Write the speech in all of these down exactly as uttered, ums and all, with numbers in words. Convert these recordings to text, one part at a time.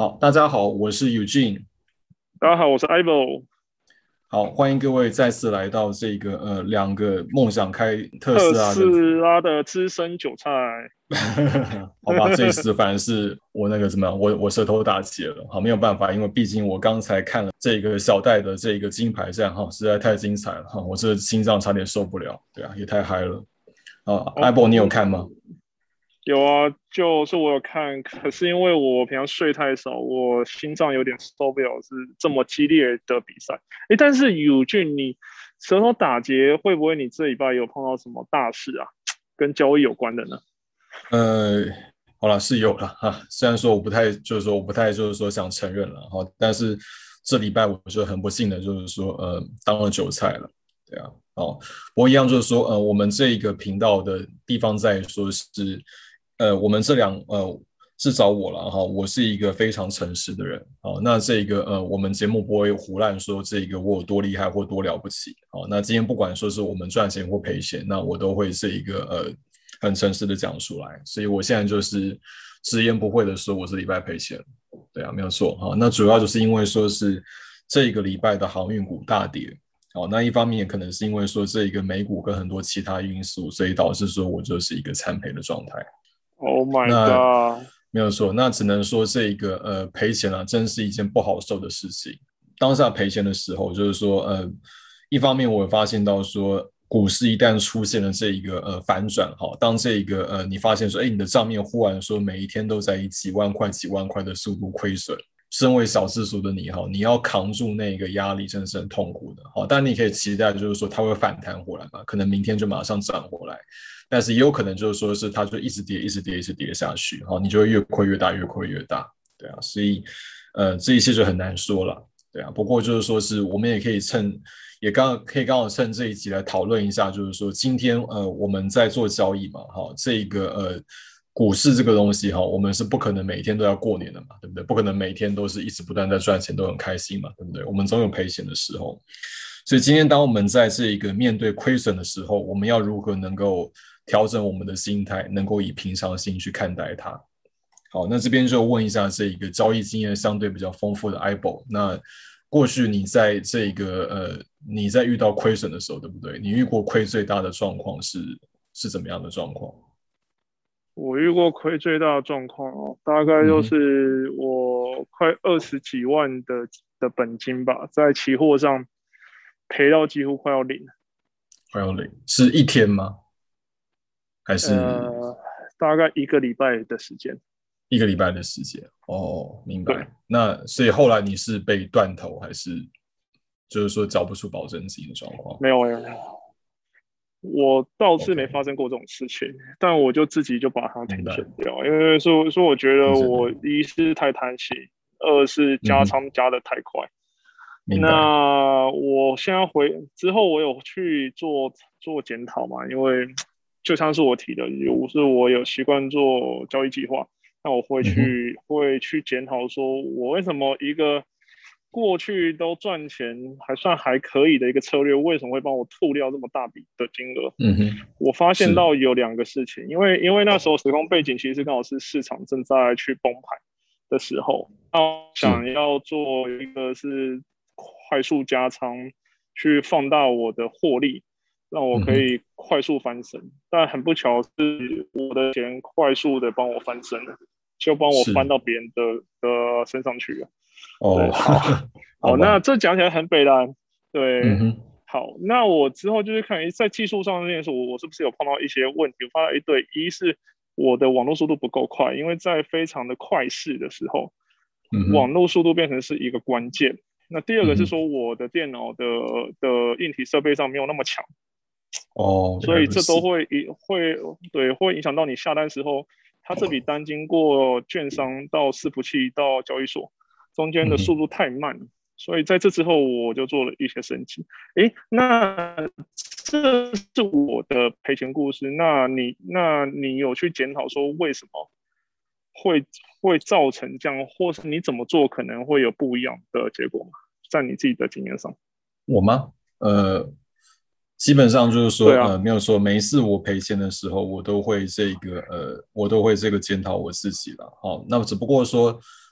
好，大家好，我是 Eugene。 大家好，我是 Ivo。 好，欢迎各位再次来到这个呃两个梦想开特特斯拉的。 斯拉的资深韭菜。 好吧，这一次反而是我那个怎么样，我我舌头打结了。好，没有办法，因为毕竟我刚才看了这个小戴的这个金牌战，哈，实在太精彩了，哈，我这心脏差点受不了。对啊，也太嗨了。啊哦， ，Apple 你有嗯， 看吗？ 有啊，就是我有看，可是因为我平常睡太少，我心脏有点受不了是这么激烈的比赛。诶，但是友俊，你舌头打结，会不会你这礼拜有碰到什么大事啊？跟交易有关的呢？ 呃，好了，是有了哈。虽然说我不太，就是说我不太，就是说想承认了哈，但是这礼拜我是很不幸的，就是说呃，当了韭菜了，对啊，哦，不过一样就是说，呃，我们这一个频道的地方在于说是，呃，我们这两呃，至少我了哈，我是一个非常诚实的人，哦，那这个呃，我们节目不会胡乱说这个我有多厉害或多了不起，哦，那今天不管说是我们赚钱或赔钱，那我都会是一个呃。很诚实的讲出来，所以我现在就是直言不讳的说，我是礼拜赔钱，对啊，没有错哈。那主要就是因为说是这一个礼拜的航运股大跌，哦，那一方面可能是因为说这一个美股跟很多其他因素，所以导致说我就是一个惨赔的状态。 Oh my 那 god！ 没有错，那只能说这一个呃赔钱啊，真是一件不好受的事情。当下赔钱的时候，就是说呃，一方面我发现到说。股市一旦出现了这一个呃反转，哈，当这一个呃你发现说，哎，你的账面忽然说每一天都在以几万块、几万块的速度亏损，身为小资族的你哈，你要扛住那个压力，真的是很痛苦的，好，但你可以期待就是说它会反弹回来嘛，可能明天就马上涨回来，但是也有可能就是说是它就一直跌、一直跌、一直跌下去，哈，你就会越亏越大、越亏越大，对啊，所以呃这一切就很难说了。对啊，不过就是说是我们也可以趁，也刚可以刚好趁这一集来讨论一下，就是说今天呃我们在做交易嘛，哈，这个呃股市这个东西哈，我们是不可能每天都要过年的嘛，对不对？不可能每天都是一直不断在赚钱，都很开心嘛，对不对？我们总有赔钱的时候，所以今天当我们在这一个面对亏损的时候，我们要如何能够调整我们的心态，能够以平常心去看待它？好，那这边就问一下这一个交易经验相对比较丰富的 i b o 那过去你在这个呃你在遇到亏损的时候，对不对？你遇过亏最大的状况是是怎么样的状况？ 我遇过亏最大的状况哦，大概就嗯哼， 是我快二十几万的的本金吧，在期货上赔到几乎快要零。 快要累，是一天吗？还是呃，大概一个礼拜的时间。 一个礼拜的时间？哦，明对， 白。那所以后来你是被断头，还是就是说缴不出保证金的状况没有没有没有，我倒是没发 ？OK， 生过这种事情，但我就自己就把它停损明白， 掉，因为说说我觉得听着的， 我一是太贪心，二是加嗯哼， 仓加的太快。 明白， 那我现在回之后，我有去做做检讨嘛，因为就像是我提的，有是我有习惯做交易计划，那我会嗯哼， 去会去检讨说，我为什么一个过去都赚钱还算还可以的一个策略，为什么会帮我吐掉这么大笔的金额？ 嗯哼， 我发现是， 到有两个事情，因为因为那时候时空背景其实刚好是市场正在去崩盘的时候，那是， 想要做一个是快速加仓，去放大我的获利，让我嗯哼， 可以快速翻身。但很不巧是我的钱快速的帮我翻身了，就帮我翻是， 到别人的的身上去了。 哦， 对，好，好，那好吧， 这讲起来很北蓝。对， 嗯哼， 好，那我之后就是看在技术上这件事，我我是不是有碰到一些问题？我发现，一对，一是我的网络速度不够快，因为在非常的快市的时候， 嗯哼， 网络速度变成是一个关键。那第二个是嗯哼， 说，我的电脑的的硬体设备上没有那么强， 哦，原所以这都来如此， 会会对会影响到你下单时候，它这笔单经过券商到伺服器到交易所中间嗯哼， 的速度太慢，所以在这之后我就做了一些升级。诶，那这是我的赔钱故事。那你那你有去检讨说为什么会会造成这样，或是你怎么做可能会有不一样的结果吗？在你自己的经验上。 我吗？呃，基本上就是说， 对啊。 呃，没有说每一次我赔钱的时候，我都会这个，呃，我都会这个检讨我自己了。好，那么只不过说，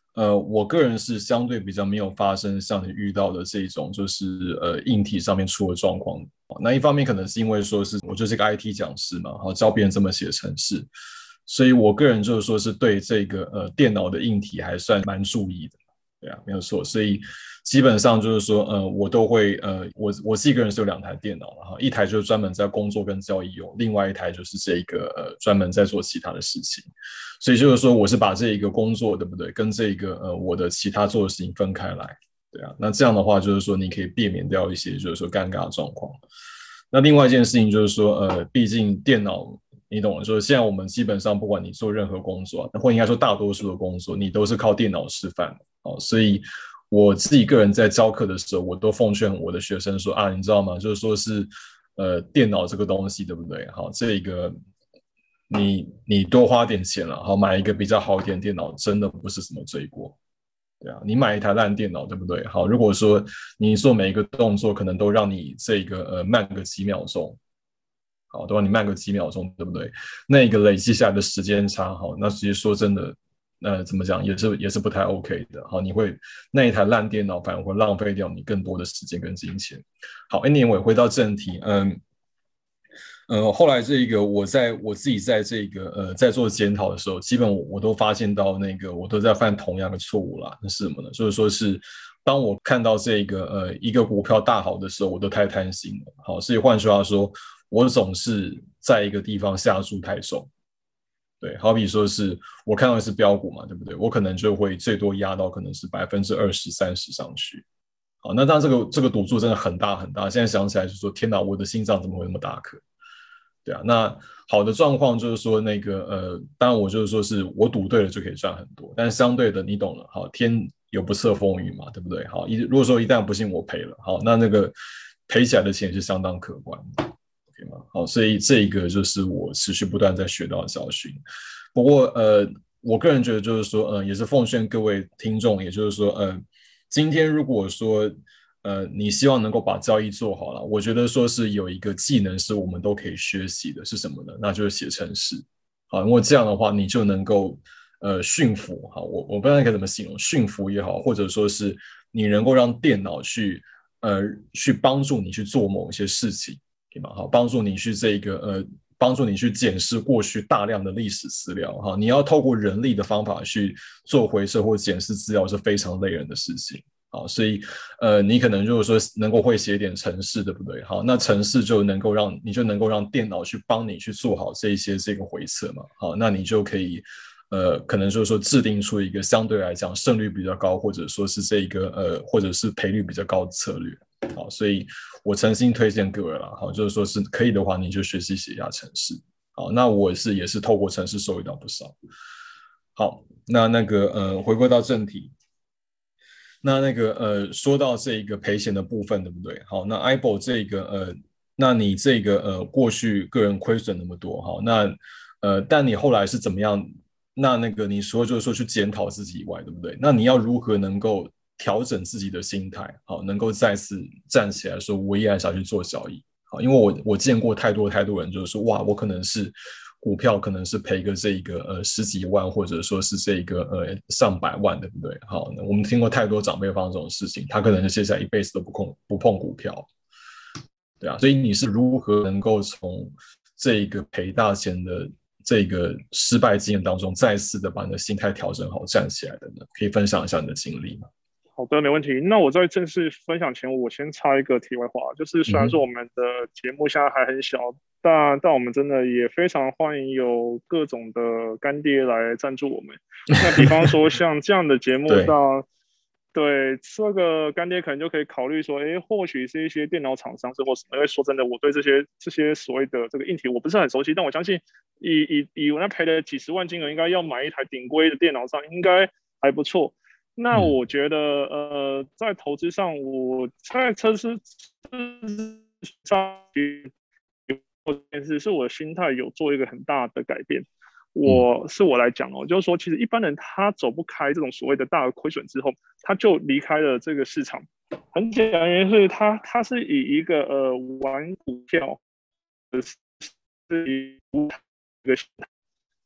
呃，我个人是相对比较没有发生像你遇到的这种，就是呃硬体上面出的状况。那一方面可能是因为说是我就是一个 I T 讲师嘛，好教别人这么写程式，所以我个人就是说是对这个呃电脑的硬体还算蛮注意的。对啊，没有错，所以基本上就是说，呃，我都会，呃，我我自己一个人是有两台电脑了哈，一台就是专门在工作跟交易用，另外一台就是这个呃专门在做其他的事情，所以就是说，我是把这一个工作对不对，跟这个呃我的其他做的事情分开来，对啊，那这样的话就是说，你可以避免掉一些就是说尴尬的状况。那另外一件事情就是说，呃，毕竟电脑你懂了，就是现在我们基本上不管你做任何工作，或应该说大多数的工作，你都是靠电脑示范的。哦，所以我自己个人在教课的时候，我都奉劝我的学生说啊，你知道吗？就是说是呃，电脑这个东西，对不对？好，这个你你多花点钱了，好买一个比较好一点的电脑，真的不是什么罪过。对啊，你买一台烂电脑，对不对？好，如果说你做每一个动作，可能都让你这个呃慢个几秒钟，好，都让你慢个几秒钟，对不对？那个累积下来的时间差，好，那其实说真的，呃，怎么讲也是也是不太 OK 的。好，你会那一台烂电脑反而会浪费掉你更多的时间跟金钱。好，anyway，回到正题，嗯。呃，后来这一个我在我自己在这个呃在做检讨的时候，基本我我都发现到那个我都在犯同样的错误啦。那是什么呢？就是说是当我看到这个呃一个股票大好的时候，我都太贪心了。好，所以换句话说，我总是在一个地方下注太重。对，好比说是我看到的是标股嘛，对不对？我可能就会最多压到可能是百分之二十三十上去。好，那当然这个这个赌注真的很大很大。现在想起来就说天哪，我的心脏怎么会那么大颗？对啊，那好的状况就是说，那个呃，当然我就是说是我赌对了就可以赚很多，但是相对的，你懂了，好，天有不测风云嘛，对不对？好，一如果说一旦不幸我赔了，好，那那个赔起来的钱是相当可观的，OK 吗？好，所以这一个就是我持续不断在学到的教训。不过呃，我个人觉得就是说，呃，也是奉劝各位听众，也就是说，呃，今天如果说呃，你希望能够把交易做好了，我觉得说是有一个技能是我们都可以学习的，是什么呢？那就是写程式。好，因为这样的话，你就能够呃驯服。好，我我不知道该怎么形容，驯服也好，或者说是你能够让电脑去呃去帮助你去做某一些事情，对吗？好，帮助你去这个呃。帮助你去检视过去大量的历史资料，哈，你要透过人力的方法去做回收或检视资料是非常累人的事情。好，所以呃，你可能如果说能够会写一点程式，对不对？好，那程式就能够让你就能够让电脑去帮你去做好这一些这个回测嘛。好，那你就可以呃，可能就是说制定出一个相对来讲胜率比较高，或者说是这个呃，或者是赔率比较高的策略。好，所以我诚心推荐各位了。好，就是说是可以的话，你就学习写一下程式。好，那我是也是透过程式收益到不少。好，那那个呃，回归到正题。那那个呃，说到这个赔钱的部分，对不对？好，那 I B O 这个呃，那你这个呃，过去个人亏损那么多，好，那呃，但你后来是怎么样？那那个你说就是说去检讨自己以外，对不对？那你要如何能够调整自己的心态，好，能够再次站起来说，我依然想去做交易，好，因为我我见过太多太多人，就是说，哇，我可能是股票可能是赔个这个呃十几万，或者说是这个呃上百万，对不对？好，我们听过太多长辈发生这种事情，他可能是接下来一辈子都不碰不碰股票，对啊，所以你是如何能够从这一个赔大钱的这个失败经验当中，再次的把你的心态调整好，站起来的呢？可以分享一下你的经历吗？ 好的，没问题。那我在正式分享前，我先插一个题外话，就是虽然说我们的节目现在还很小，但但我们真的也非常欢迎有各种的干爹来赞助我们。那比方说像这样的节目到对这个干爹可能就可以考虑说，哎，或许是一些电脑厂商是或什么。因为说真的，我对这些这些所谓的这个硬体我不是很熟悉，但我相信以以以我那赔了几十万金额，应该要买一台顶规的电脑上应该还不错。那我觉得，呃，在投资上，我在车市上这件事是我的心态有做一个很大的改变。我是我来讲哦，就是说，其实一般人他走不开这种所谓的大额亏损之后，他就离开了这个市场。很简单，原因是他他是以一个呃玩股票的是一个心态。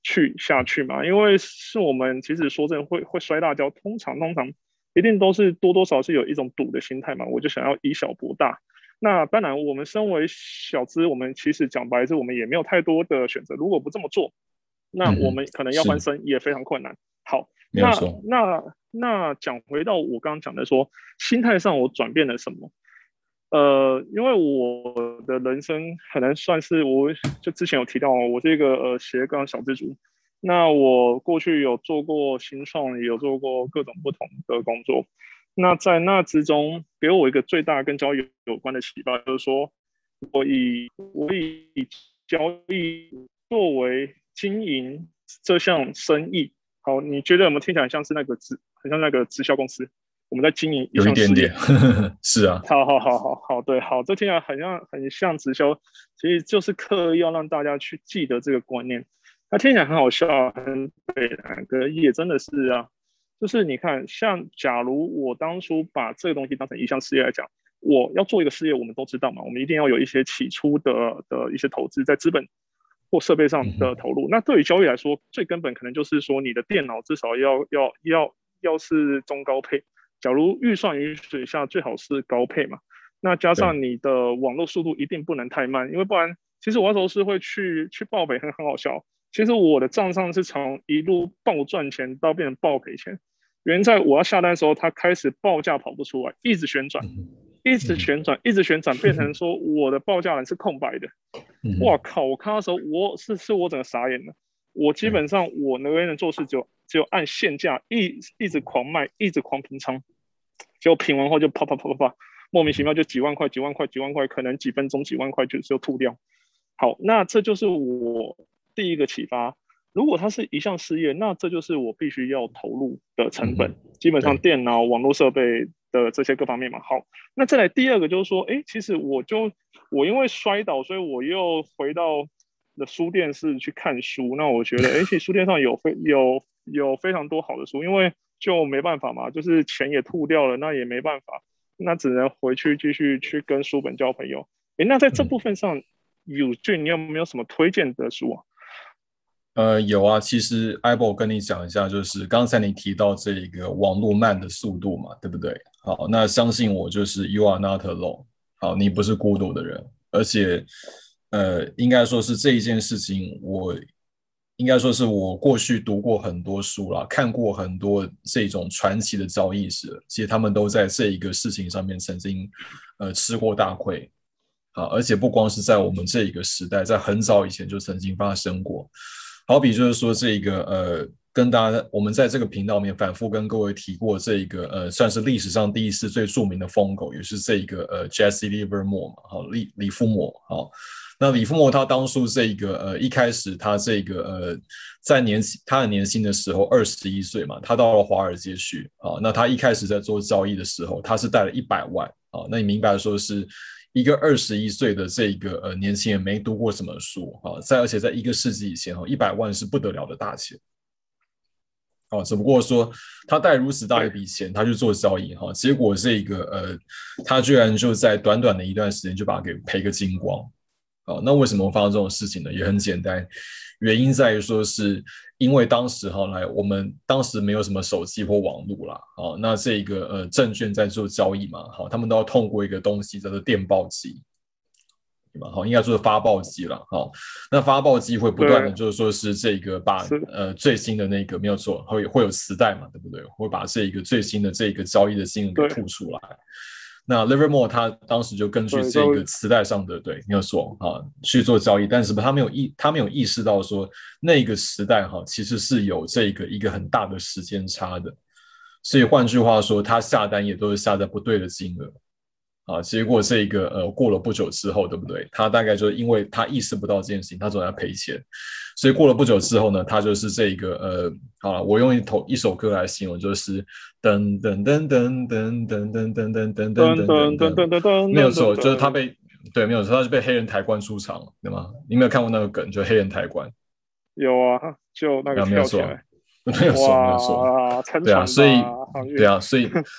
去下去嘛，因为是我们其实说真的会会摔大跤，通常通常一定都是多多少是有一种赌的心态嘛，我就想要以小博大。那当然，我们身为小资，我们其实讲白是，我们也没有太多的选择。如果不这么做，那我们可能要翻身也非常困难。好，那那那讲回到我刚刚讲的说，心态上我转变了什么？呃，因为我的人生可能算是，我就之前有提到，我是一个呃斜杠小资族。那我过去有做过新创，也有做过各种不同的工作。那在那之中，给我一个最大跟交易有关的启发，就是说，我以我以交易作为经营这项生意。好，你觉得有没有听起来像是那个直，很像那个直销公司？我们在经营一项事业， 有一点点，是啊。 好好好好好，对，好，这听起来很像很像直销，其实就是刻意要让大家去记得这个观念。它听起来很好笑，很北南哥也真的是啊。就是你看，像假如我当初把这个东西当成一项事业来讲，我要做一个事业，我们都知道嘛，我们一定要有一些起初的的一些投资，在资本或设备上的投入。嗯、那对于交易来说，最根本可能就是说，你的电脑至少要要要要是中高配。假如预算允许下，最好是高配嘛。那加上你的网络速度一定不能太慢，因为不然，其实我那时候是会去去报赔，很很好笑。其实我的账上是从一路暴赚钱到变成暴赔钱，原因在我要下单的时候，它开始报价跑不出来，一直旋转，一直旋转，一直旋转，变成说我的报价栏是空白的。哇靠！我看到的时候，我是是我整个傻眼了。我基本上我能能做事只有只有按现价一一直狂卖，一直狂平仓，结果平完后就啪啪啪啪啪，莫名其妙就几万块、几万块、几万块，可能几分钟几万块就就吐掉。好，那这就是我第一个启发。如果它是一项事业，那这就是我必须要投入的成本，嗯、基本上电脑、网络设备的这些各方面嘛。好，那再来第二个就是说，哎，其实我就我因为摔倒，所以我又回到的书店是去看书。那我觉得，哎，其实书店上有非有有非常多好的书，因为就没办法嘛，就是钱也吐掉了，那也没办法，那只能回去继续去跟书本交朋友。哎，那在这部分上，友俊，你有没有什么推荐的书啊？ 呃，有啊，其实 Aibo 跟你讲一下，就是刚才你提到这个网络慢的速度嘛，对不对？好，那相信我，就是 You are not alone。好，你不是孤独的人，而且，呃，应该说是这一件事情，我应该说是我过去读过很多书啦，看过很多这种传奇的交易史，其实他们都在这一个事情上面曾经，呃，吃过大亏。好，而且不光是在我们这一个时代，在很早以前就曾经发生过。好比就是说这个呃，跟大家我们在这个频道里面反复跟各位提过这一个呃，算是历史上第一次最著名的疯狗，也是这一个呃 Jesse Livermore 嘛，好李李夫摩，好，那李夫摩他当初这一个呃一开始他这个呃在年他很年轻的时候二十一岁嘛，他到了华尔街去啊，那他一开始在做交易的时候，他是带了一百万啊，那你明白说是。一个二十一岁的这个呃年轻人没读过什么书啊，在而且在一个世纪以前哈，一百万是不得了的大钱，啊，只不过说他带如此大一笔钱，他去做交易哈，结果这个呃他居然就在短短的一段时间就把它给赔个精光，啊，那为什么会发生这种事情呢？也很简单，原因在于说是因为当时哈来我们当时没有什么手机或网络啦，啊，那这个呃证券在做交易嘛，好，他们都要通过一个东西叫做电报机，对吧？好，应该说是发报机了，好，那发报机会不断的就是说是这个把呃最新的那个没有错，会会有磁带嘛，对不对？会把这个最新的这个交易的金额给吐出来。那 Livermore 他当时就根据这个磁带上的对，没有错啊，去做交易，但是他没有意他没有意识到说那个磁带哈其实是有这个一个很大的时间差的，所以换句话说，他下单也都是下在不对的金额啊。结果这个呃过了不久之后，对不对？他大概就因为他意识不到这件事情，他总在赔钱，所以过了不久之后呢，他就是这个呃，好了，我用一头一首歌来形容，就是噔噔噔噔噔噔噔噔噔噔噔噔噔噔噔，没有错，就是他被对，没有错，他是被黑人抬棺出场，对吗？你没有看过那个梗，就黑人抬棺？ 有啊，就那个跳起来， 没有错，没有错， 哇， 对啊，所以对啊，所以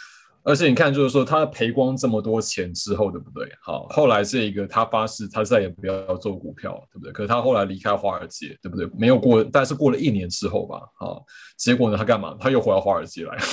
而且你看，就是说他赔光这么多钱之后，对不对？好，后来这一个他发誓他再也不要做股票，对不对？可是他后来离开华尔街，对不对？没有过，但是过了一年之后吧，好，结果呢，他干嘛？他又回到华尔街来，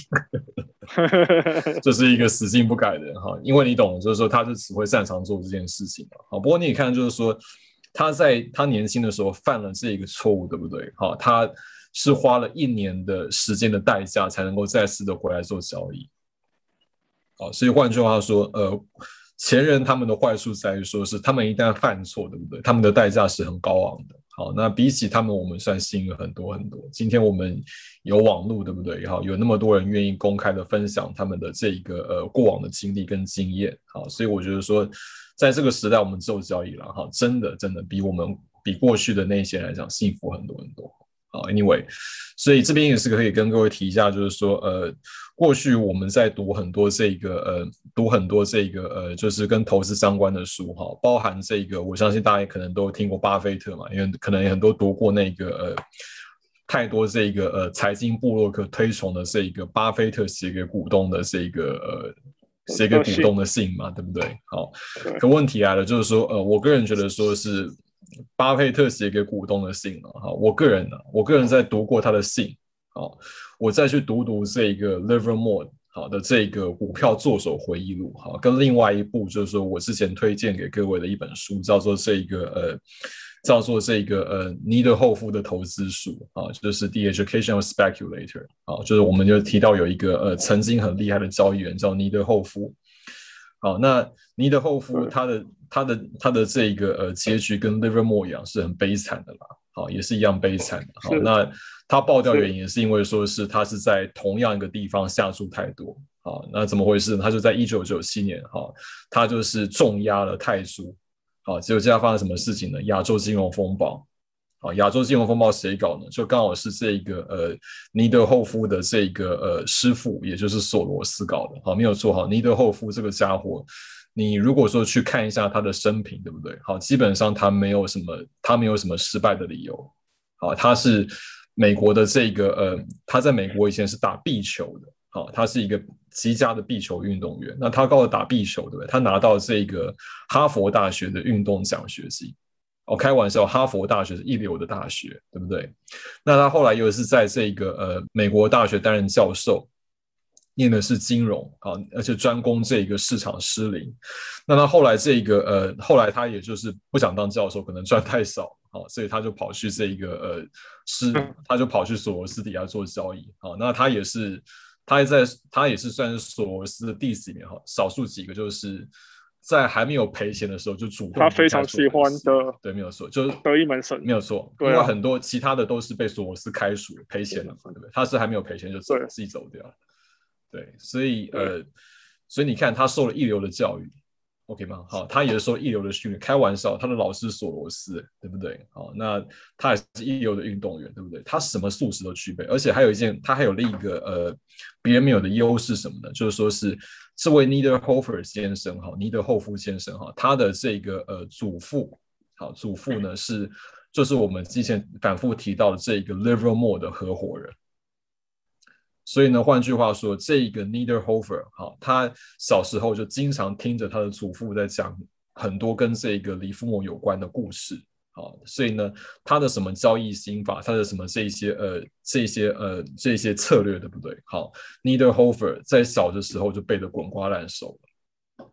这是一个死性不改的哈。因为你懂，就是说他是只会擅长做这件事情好，不过你也看，就是说他在他年轻的时候犯了这一个错误，对不对？好，他是花了一年的时间的代价才能够再次的回来做交易。好，所以换句话说，呃，前人他们的坏处在于说是他们一旦犯错，对不对？他们的代价是很高昂的。好，那比起他们，我们算幸运很多很多。今天我们有网络，对不对？好，有那么多人愿意公开的分享他们的这一个呃过往的经历跟经验。好，所以我觉得说，在这个时代，我们做交易了，哈，真的真的比我们比过去的那些来讲幸福很多很多。好 ，Anyway，所以这边也是可以跟各位提一下，就是说，呃，过去我们在读很多这个，呃，读很多这个，呃，就是跟投资相关的书，哈，包含这个，我相信大家可能都听过巴菲特嘛，因为可能很多读过那个，呃，太多这个，呃，财经部落客推崇的这一个巴菲特写给股东的这个，呃，写给股东的信嘛，对不对？好，可问题来了，就是说，呃，我个人觉得说是。巴菲特写给股东的信啊，我个人呢、啊，我个人在读过他的信，好，我再去读读这个 Livermore 好的这个股票作手回忆录，好，跟另外一部就是说我之前推荐给各位的一本书，叫做这个呃，叫做这个呃尼德厚夫的投资书啊，就是 The Educational Speculator 啊，就是我们就提到有一个呃曾经很厉害的交易员叫尼德厚夫。好，那尼德厚夫他的他的他的这个呃结局跟 Livermore 一样是很悲惨的啦，好，也是一样悲惨的。好，那他爆掉原因也是因为说是他是在同样一个地方下注太多。好，那怎么回事呢？他就在一九九七年，好，他就是重压了泰铢。好，结果接下来发生什么事情呢？亚洲金融风暴。好，亚洲金融风暴谁搞呢？就刚好是这个呃尼德厚夫的这个呃师傅，也就是索罗斯搞的。好，没有错。好，尼德厚夫这个家伙，你如果说去看一下他的生平，对不对？好，基本上他没有什么，他没有什么失败的理由。好，他是美国的这个呃，他在美国以前是打壁球的。好，他是一个极佳的壁球运动员。那他靠着打壁球，对不对？他拿到这个哈佛大学的运动奖学金。哦，开玩笑，哈佛大学是一流的大学，对不对？那他后来又是在这个呃美国大学担任教授，念的是金融啊，而且专攻这个市场失灵。那他后来这个呃，后来他也就是不想当教授，可能赚太少，好，所以他就跑去这一个呃是，他就跑去索罗斯底下做交易。好，那他也是，他在他也是算是索罗斯的弟子里面哈，少数几个就是在还没有赔钱的时候就主动他非常喜欢的， 对，没有错，就是得一门神， 没有错， 对啊， 因为很多其他的都是被索罗斯开除赔钱了嘛，对不对？他是还没有赔钱就自己走掉了。对，所以呃，所以你看他受了一流的教育 ，OK 吗？好，他也是受一流的训练。开玩笑，他的老师索罗斯，对不对？好，那他也是一流的运动员，对不对？他什么素质都具备，而且还有一件，他还有另一个呃别人没有的优势什么呢？就是说是这位 Niederhofer 先生哈，尼德厚夫先生哈，他的这个呃祖父，好，祖父呢是就是我们之前反复提到的这个 Livermore 的合伙人。所以呢，换句话说，这个 Niederhofer 哈，他小时候就经常听着他的祖父在讲很多跟这个里夫莫有关的故事。好，所以呢，他的什么交易心法，他的什么这些呃这些呃这些策略，对不对？好 ，Niederhofer 在小的时候就背得滚瓜烂熟了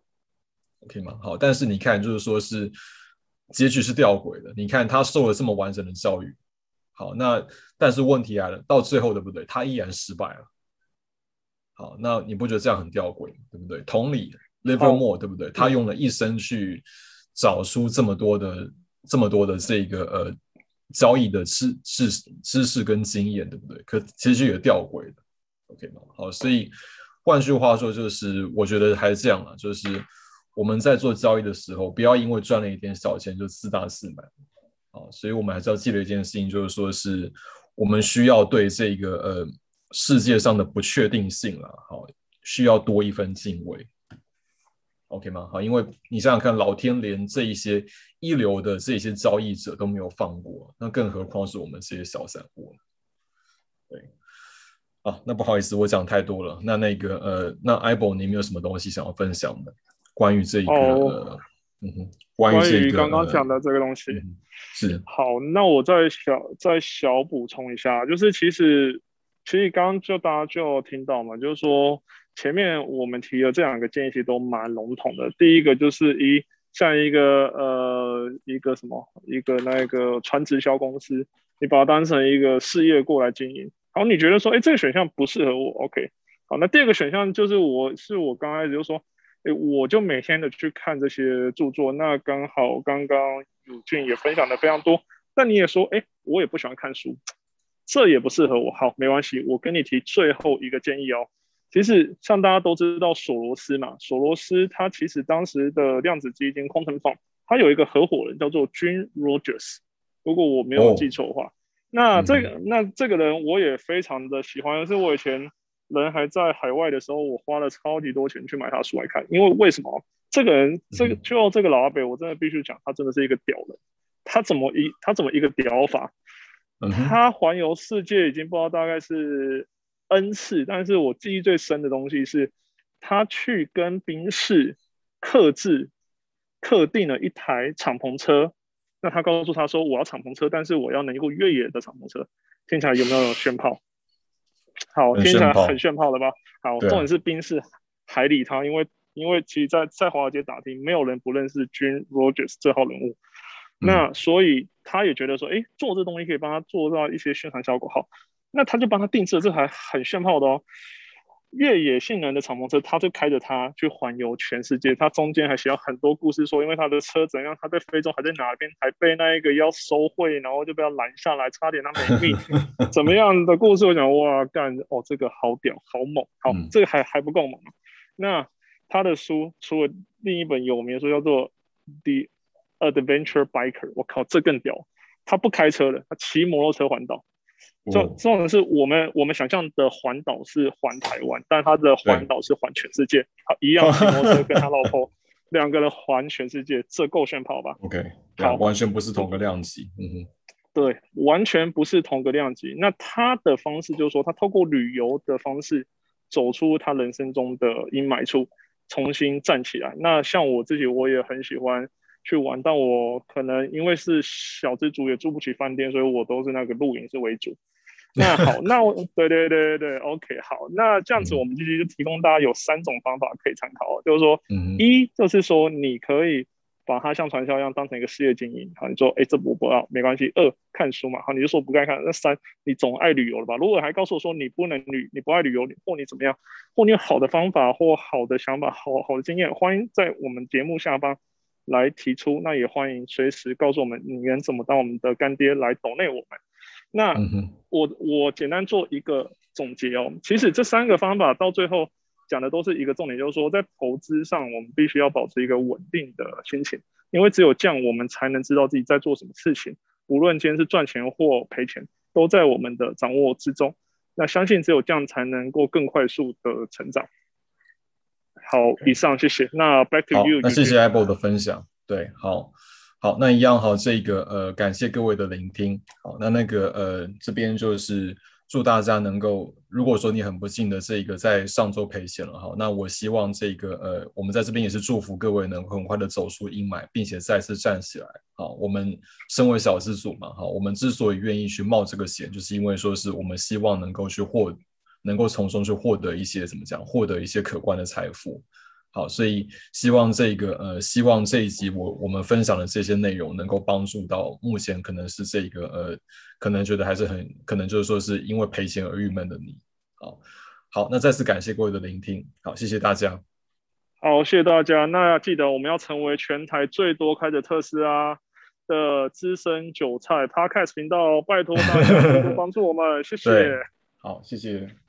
，OK 吗？好，但是你看，就是说是结局是吊诡的。你看他受了这么完整的教育。好，那但是问题来了，到最后对不对？他依然失败了。好，那你不觉得这样很吊诡，对不对？同理 ，Livermore 对不对？他用了一生去找出这么多的、这么多的这个呃交易的知知知识跟经验，对不对？可其实也吊诡的 ，OK 吗？好，所以换句话说，就是我觉得还是这样啦，就是我们在做交易的时候，不要因为赚了一点小钱就自大自满。好，所以我们还是要记得一件事情，就是说是我们需要对这个呃世界上的不确定性啦，好，需要多一分敬畏 ，OK 吗？好，因为你想想看，老天连这一些一流的这些交易者都没有放过，那更何况是我们这些小散户。对， 好，那不好意思，我讲太多了。那那个呃，那 i b o 你有没有什么东西想要分享的？关于这一个哦， 呃，嗯哼，关于这一关于刚刚个呃， 讲的这个东西， 嗯哼，是， 好，那我再小再小补充一下，就是其实其实刚刚就大家就听到嘛，就是说前面我们提的这两个建议其实都蛮笼统的。第一个就是一像一个呃一个什么一个那个传直销公司，你把它当成一个事业过来经营，好，你觉得说，哎，这个选项不适合我，OK，好，那第二个选项就是我是我刚开始就说。诶，我就每天的去看这些著作，那刚好刚刚鲁俊也分享的非常多，那你也说，哎，我也不喜欢看书，这也不适合我。好，没关系，我跟你提最后一个建议哦。其实像大家都知道索罗斯嘛，索罗斯他其实当时的量子基金 Quantum Fund，他有一个合伙人叫做 Jim Rogers，如果我没有记哦， 错的话。那嗯哼， 这个那这个人我也非常的喜欢，是我以前人还在海外的时候，我花了超级多钱去买他书来看。因为为什么？这个人，这个嗯哼， 就这个老阿伯，我真的必须讲，他真的是一个屌人。他怎么一他怎么一个屌法？ 嗯哼， 他环游世界已经不知道大概是 N 次，但是我记忆最深的东西是，他去跟宾士克制特定了一台敞篷车。那他告诉他说：“我要敞篷车，但是我要能够越野的敞篷车。”听起来有没有炫炮？好， 很听起来很炫炮， 炫炮了吧？好， 对啊， 重点是宾士海里他，因为因为其实在，在华尔街打听，没有人不认识 Jim Rogers 这号人物。 嗯那所以他也觉得说，哎，做这东西可以帮他做到一些宣传效果。好，那他就帮他定制了这台很炫炮的哦，越野性能的敞篷车，他就开着它去环游全世界。他中间还写了很多故事，说因为他的车怎样，他在非洲还在哪边，还被那一个要收贿，然后就被他拦下来，差点他没命，怎么样的故事？我想，哇，干哦，这个好屌，好猛，好， 嗯， 这个还还不够猛。那他的书除了另一本有名的书叫做《The Adventure Biker》，我靠，这更屌！他不开车的，他骑摩托车环岛。这哦， 这种是我们我们想象的环岛是环台湾，但他的环对， 岛是环全世界。他一样骑摩托车跟他老婆两个人环全世界，这够炫跑吧？ OK，对啊， 好， 完全不是同个量级，嗯哼， 对，完全不是同个量级。那他的方式就是说，他透过旅游的方式走出他人生中的阴霾处，重新站起来。那像我自己，我也很喜欢去玩，但我可能因为是小资族，也住不起饭店，所以我都是那个露营是为主。那好，那我对对对对，OK，好，那这样子我嗯们继续就提供大家有三种方法可以参考，就是说， 嗯哼， 一就是说你可以把它像传销一样当成一个事业经营，好，你说，哎，这我不要，没关系。二看书嘛，好，你就说不该看。那三你总爱旅游了吧？如果还告诉我说你不能旅，你不爱旅游，或你怎么样，或你有好的方法或好的想法、好好的经验，欢迎在我们节目下方来提出。那也欢迎随时告诉我们你能怎么当我们的干爹来抖内我们。那嗯哼， 我我简单做一个总结哦。其实这三个方法到最后讲的都是一个重点，就是说在投资上我们必须要保持一个稳定的心情，因为只有这样我们才能知道自己在做什么事情，无论今天是赚钱或赔钱，都在我们的掌握之中。那相信只有这样才能够更快速的成长。好，以 OK。 上谢谢。那 back to 好， you， 那谢谢 Eugene。 Apple 的分享。对，好，好，那一样好，这个呃，感谢各位的聆听。好，那那个呃，这边就是祝大家能够，如果说你很不幸的这个在上周赔钱了哈，那我希望这个呃，我们在这边也是祝福各位能很快的走出阴霾，并且再次站起来。好，我们身为小资主嘛，哈，我们之所以愿意去冒这个险，就是因为说是我们希望能够去获，能够从中去获得一些怎么讲，获得一些可观的财富。好，所以希望这个呃，希望这一集我我们分享的这些内容能够帮助到目前可能是这个呃，可能觉得还是很可能就是说是因为赔钱而郁闷的你。好，好，那再次感谢各位的聆听，好，谢谢大家。 好，谢谢大家。那记得我们要成为全台最多开着特斯拉的资深韭菜 Podcast 频道，拜托大家多多帮助我们，谢谢。 对，好，谢谢。